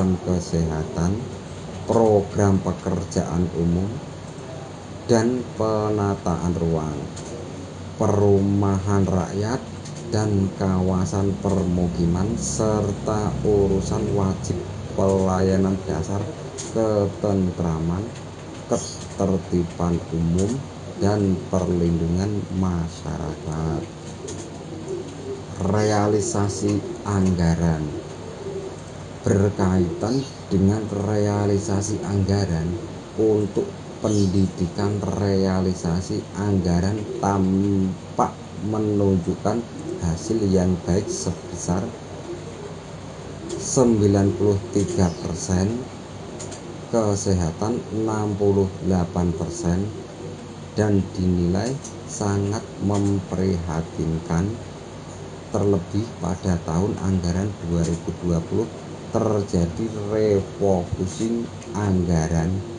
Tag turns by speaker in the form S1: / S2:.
S1: program kesehatan, program pekerjaan umum, dan penataan ruang, perumahan rakyat dan kawasan permukiman, serta urusan wajib pelayanan dasar, ketentraman, ketertiban umum, dan perlindungan masyarakat. Realisasi anggaran. Berkaitan dengan realisasi anggaran untuk pendidikan, realisasi anggaran tampak menunjukkan hasil yang baik sebesar 93%, kesehatan 68%, dan dinilai sangat memprihatinkan. Terlebih pada tahun anggaran 2020 terjadi refocusing anggaran